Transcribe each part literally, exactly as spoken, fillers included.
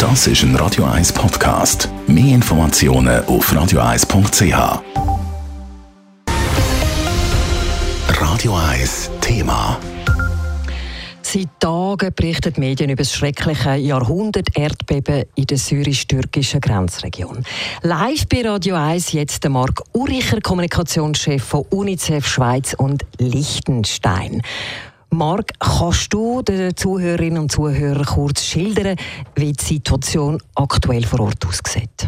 Das ist ein Radio eins Podcast. Mehr Informationen auf radio eins punkt c h. Radio eins Thema. Seit Tagen berichten die Medien über das schreckliche Jahrhundert-Erdbeben in der syrisch-türkischen Grenzregion. Live bei Radio eins jetzt der Marc Uricher, Kommunikationschef von UNICEF Schweiz und Liechtenstein. Marc, kannst du den Zuhörerinnen und Zuhörern kurz schildern, wie die Situation aktuell vor Ort aussieht?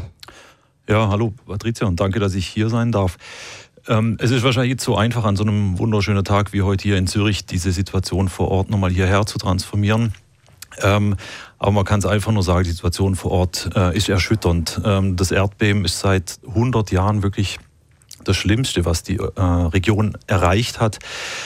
Ja, hallo Patricia und danke, dass ich hier sein darf. Ähm, es ist wahrscheinlich jetzt so einfach, an so einem wunderschönen Tag wie heute hier in Zürich diese Situation vor Ort nochmal hierher zu transformieren. Ähm, aber man kann es einfach nur sagen, die Situation vor Ort äh, ist erschütternd. Ähm, das Erdbeben ist seit hundert Jahren wirklich das Schlimmste, was die äh, Region erreicht hat.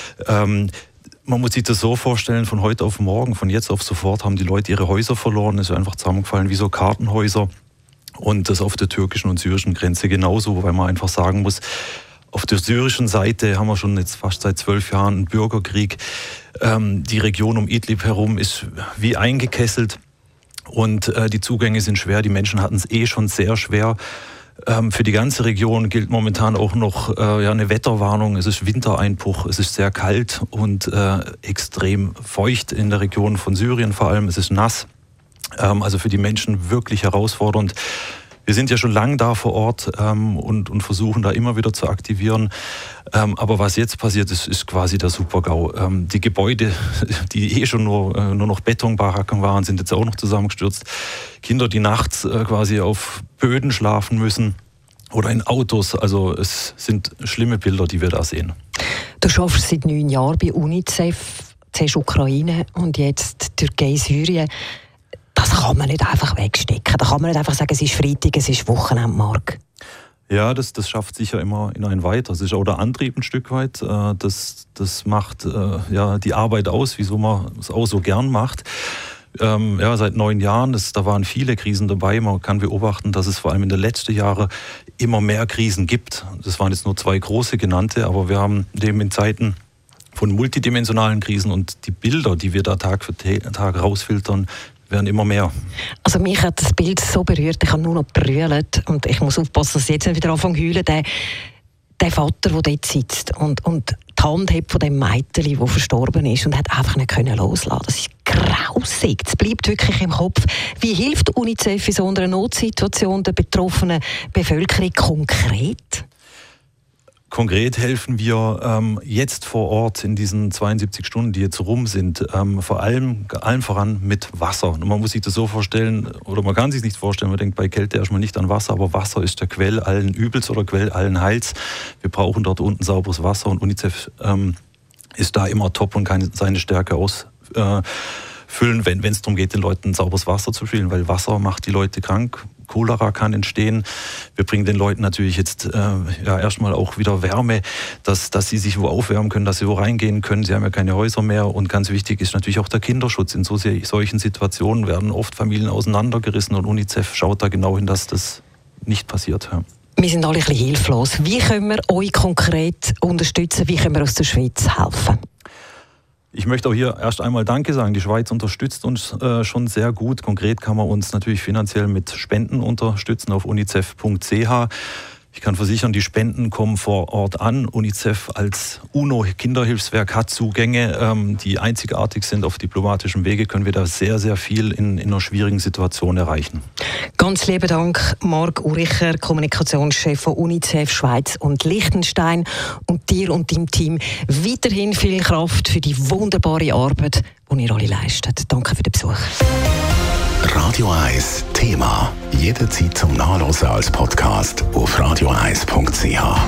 Ähm, Man muss sich das so vorstellen, von heute auf morgen, von jetzt auf sofort haben die Leute ihre Häuser verloren. Es ist einfach zusammengefallen wie so Kartenhäuser. Und das auf der türkischen und syrischen Grenze genauso, weil man einfach sagen muss, auf der syrischen Seite haben wir schon jetzt fast seit zwölf Jahren einen Bürgerkrieg. Ähm, die Region um Idlib herum ist wie eingekesselt und äh, die Zugänge sind schwer. Die Menschen hatten es eh schon sehr schwer. Ähm, für die ganze Region gilt momentan auch noch äh, ja, eine Wetterwarnung. Es ist Wintereinbruch, es ist sehr kalt und äh, extrem feucht in der Region von Syrien vor allem. Es ist nass, ähm, also für die Menschen wirklich herausfordernd. Wir sind ja schon lange da vor Ort ähm, und, und versuchen da immer wieder zu aktivieren. Ähm, aber was jetzt passiert ist, ist quasi der Super-GAU. Ähm, die Gebäude, die eh schon nur, äh, nur noch Betonbaracken waren, sind jetzt auch noch zusammengestürzt. Kinder, die nachts äh, quasi auf Böden schlafen müssen oder in Autos. Also es sind schlimme Bilder, die wir da sehen. Du arbeitest seit neun Jahren bei UNICEF, zuerst Ukraine und jetzt Türkei, Syrien. Das kann man nicht einfach wegstecken. Da kann man nicht einfach sagen, es ist Freitag, es ist Wochenende, Marc. Ja, das, das schafft sicher immer in einen weiter. Das ist auch der Antrieb ein Stück weit. Das, das macht ja, die Arbeit aus, wieso man es auch so gern macht. Ähm, ja, seit neun Jahren, das, da waren viele Krisen dabei. Man kann beobachten, dass es vor allem in den letzten Jahren immer mehr Krisen gibt. Das waren jetzt nur zwei große genannte, aber wir haben dem in Zeiten von multidimensionalen Krisen und die Bilder, die wir da Tag für Tag rausfiltern, werden immer mehr. Also mich hat das Bild so berührt, ich habe nur noch brüllt und ich muss aufpassen, dass ich jetzt nicht wieder anfange zu heulen. Der, der Vater, der dort sitzt und, und die Hand hat von dem Mädchen, das verstorben ist und hat einfach nicht können loslassen. Das ist grausig, das bleibt wirklich im Kopf. Wie hilft UNICEF in so einer Notsituation der betroffenen Bevölkerung konkret? Konkret helfen wir ähm, jetzt vor Ort in diesen zweiundsiebzig Stunden, die jetzt rum sind, ähm, vor allem allen voran mit Wasser. Und man muss sich das so vorstellen, oder man kann sich nicht vorstellen, man denkt bei Kälte erstmal nicht an Wasser, aber Wasser ist der Quell allen Übels oder Quell allen Heils. Wir brauchen dort unten sauberes Wasser und UNICEF ähm, ist da immer top und kann seine Stärke ausfüllen, äh, wenn es darum geht, den Leuten sauberes Wasser zu spielen, weil Wasser macht die Leute krank. Cholera kann entstehen. Wir bringen den Leuten natürlich jetzt äh, ja, erstmal auch wieder Wärme, dass, dass sie sich wo aufwärmen können, dass sie wo reingehen können. Sie haben ja keine Häuser mehr und ganz wichtig ist natürlich auch der Kinderschutz. In so, solchen Situationen werden oft Familien auseinandergerissen und UNICEF schaut da genau hin, dass das nicht passiert. Ja. Wir sind alle ein bisschen hilflos. Wie können wir euch konkret unterstützen? Wie können wir aus der Schweiz helfen? Ich möchte auch hier erst einmal Danke sagen. Die Schweiz unterstützt uns äh, schon sehr gut. Konkret kann man uns natürlich finanziell mit Spenden unterstützen auf unicef punkt c h. Ich kann versichern, die Spenden kommen vor Ort an. UNICEF als UNO-Kinderhilfswerk hat Zugänge, ähm, die einzigartig sind. Auf diplomatischem Wege können wir da sehr, sehr viel in, in einer schwierigen Situation erreichen. Ganz lieben Dank, Marc Uricher, Kommunikationschef von UNICEF Schweiz und Liechtenstein. Und dir und deinem Team weiterhin viel Kraft für die wunderbare Arbeit, die ihr alle leistet. Danke für den Besuch. Radio eins Thema. Jederzeit zum Nachlesen als Podcast auf radio eins punkt c h.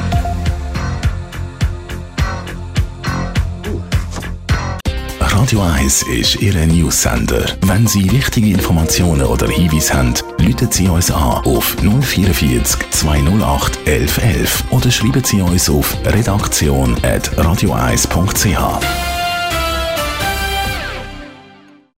Radio eins ist Ihr News-Sender. Wenn Sie wichtige Informationen oder Hinweise haben, rufen Sie uns an auf null vierundvierzig zweihundertacht elf elf oder schreiben Sie uns auf redaktion at radio eins punkt c h.